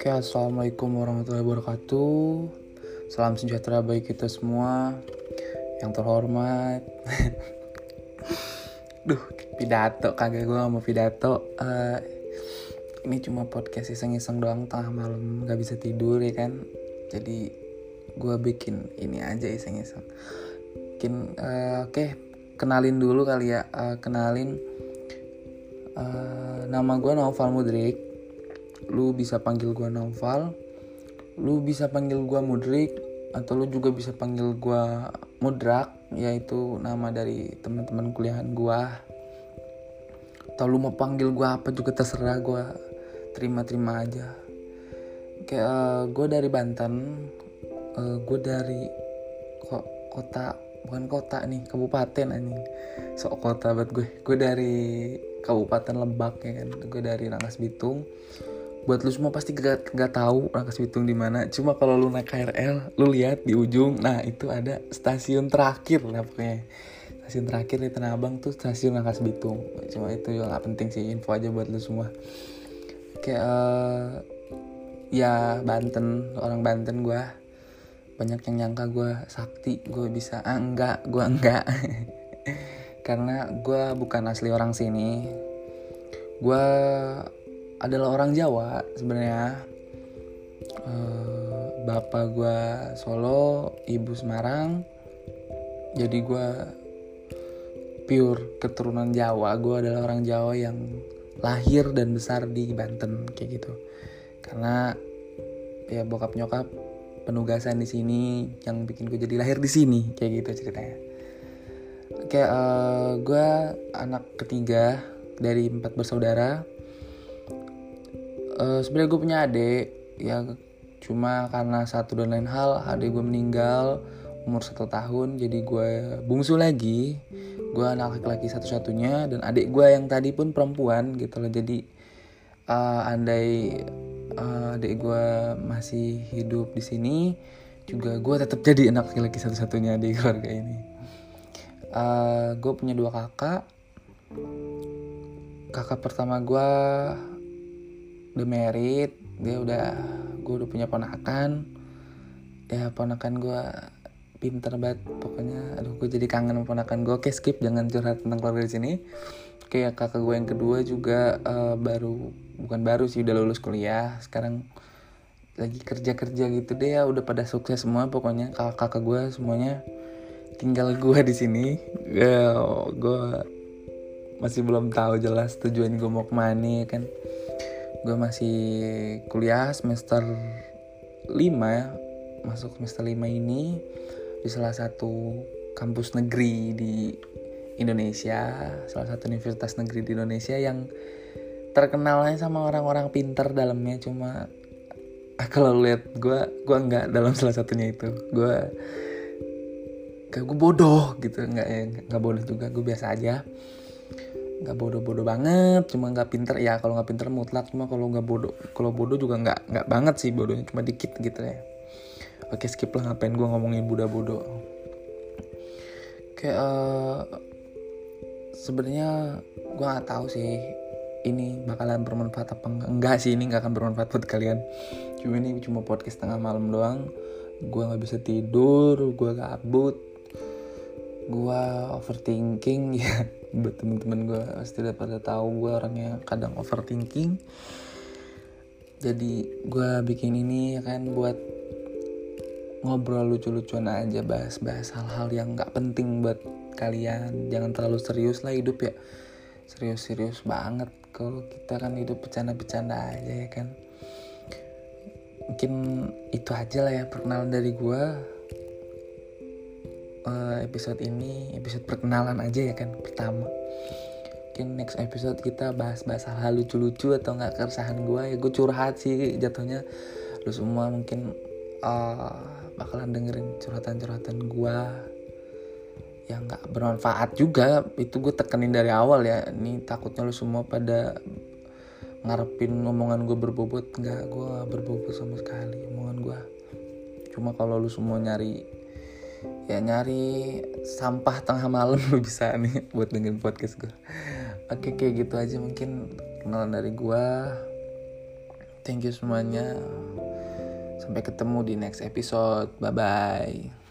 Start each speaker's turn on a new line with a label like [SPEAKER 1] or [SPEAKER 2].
[SPEAKER 1] Oke, assalamualaikum warahmatullahi wabarakatuh. Salam sejahtera bagi kita semua yang terhormat. Pidato kagak, gue gak mau pidato. Ini cuma podcast iseng-iseng doang tengah malam, gak bisa tidur ya kan. Jadi gue bikin ini aja iseng-iseng. Oke, kenalin dulu kali ya. Nama gue Naufal Mudrik. Lu bisa panggil gue Naufal, lu bisa panggil gue Mudrik, atau lu juga bisa panggil gue Mudrak, yaitu nama dari teman-teman kuliahan gue. Atau lu mau panggil gue apa juga terserah, gue terima-terima aja. Gue dari Banten, gue dari kota, bukan kota nih, kabupaten anjing. Sok kota banget gue dari Kabupaten Lebak ya kan. Gue dari Rangkas Bitung. Buat lu semua pasti gak tahu Rangkas Bitung di mana. Cuma kalau lu naik KRL, lu lihat di ujung, nah itu ada stasiun terakhir lah pokoknya. Stasiun terakhir di Tanah Abang tuh stasiun Rangkas Bitung. Cuma itu juga gak penting sih, info aja buat lu semua. Ya Banten, orang Banten gue. Banyak yang nyangka gue sakti, gue bisa. Gue enggak. Karena gue bukan asli orang sini. Gue adalah orang Jawa sebenarnya. Bapak gue Solo, ibu Semarang. Jadi gue pure keturunan Jawa. Gue adalah orang Jawa yang lahir dan besar di Banten kayak gitu. Karena ya bokap nyokap penugasan di sini yang bikin gue jadi lahir di sini kayak gitu ceritanya. Gue anak ketiga dari 4 bersaudara. Sebenarnya gue punya adik ya, cuma karena satu dan lain hal adik gue meninggal umur 1 tahun, jadi gue bungsu lagi. Gue anak laki-laki satu-satunya dan adik gue yang tadi pun perempuan gitu loh. Jadi andai adik gue masih hidup di sini juga, gue tetap jadi anak laki-laki satu-satunya di keluarga ini. Gue punya 2 kakak. Kakak pertama gue udah married, gue udah punya ponakan. Ya ponakan gue pinter banget pokoknya. Gue jadi kangen sama ponakan gue. Oke, skip, jangan curhat tentang keluarga di sini. Kakak gue yang kedua juga bukan baru sih, udah lulus kuliah. Sekarang lagi kerja gitu deh ya, udah pada sukses semua pokoknya kakak gue semuanya. Tinggal gue di sini. Gue masih belum tahu jelas tujuan gue mau kemana ya kan. Gue masih kuliah semester 5 ya. Masuk semester 5 ini di salah satu kampus negeri di Indonesia, salah satu universitas negeri di Indonesia yang terkenalnya sama orang-orang pintar dalamnya. Cuma kalau lihat gue enggak dalam salah satunya itu. Gue bodoh gitu, enggak bodoh juga, gue biasa aja. Nggak bodoh banget, cuma nggak pinter ya. Kalau nggak pinter mutlak, cuma kalau bodoh juga nggak banget sih, bodohnya cuma dikit gitu ya. Oke, skip lah, ngapain gue ngomongin bodoh. Sebenarnya gue nggak tahu sih ini bakalan bermanfaat apa enggak sih. Ini nggak akan bermanfaat buat kalian. Ini cuma podcast tengah malam doang. Gue nggak bisa tidur, gue gabut, gue overthinking ya. Buat temen-temen gue pasti udah pada tahu gue orangnya kadang overthinking. Jadi gue bikin ini ya kan buat ngobrol lucu-lucuan aja, bahas hal-hal yang nggak penting buat kalian. Jangan terlalu serius lah hidup ya, serius banget. Kalau kita kan hidup bercanda-bercanda aja ya kan. Mungkin itu aja lah ya perkenalan dari gue. Episode ini episode perkenalan aja ya kan, pertama. Mungkin next episode kita bahas hal lucu-lucu atau nggak keresahan gue ya. Gue curhat sih jatuhnya. Lu semua mungkin bakalan dengerin curhatan gue yang nggak bermanfaat juga. Itu gue tekenin dari awal ya. Ini takutnya lu semua pada ngarepin omongan gue berbobot. Nggak, gue nggak berbobot sama sekali omongan gue. Cuma kalau lu semua nyari sampah tengah malam, lu bisa nih buat dengerin podcast gue. Oke, kayak gitu aja mungkin kenalan dari gue. Thank you semuanya. Sampai ketemu di next episode. Bye bye.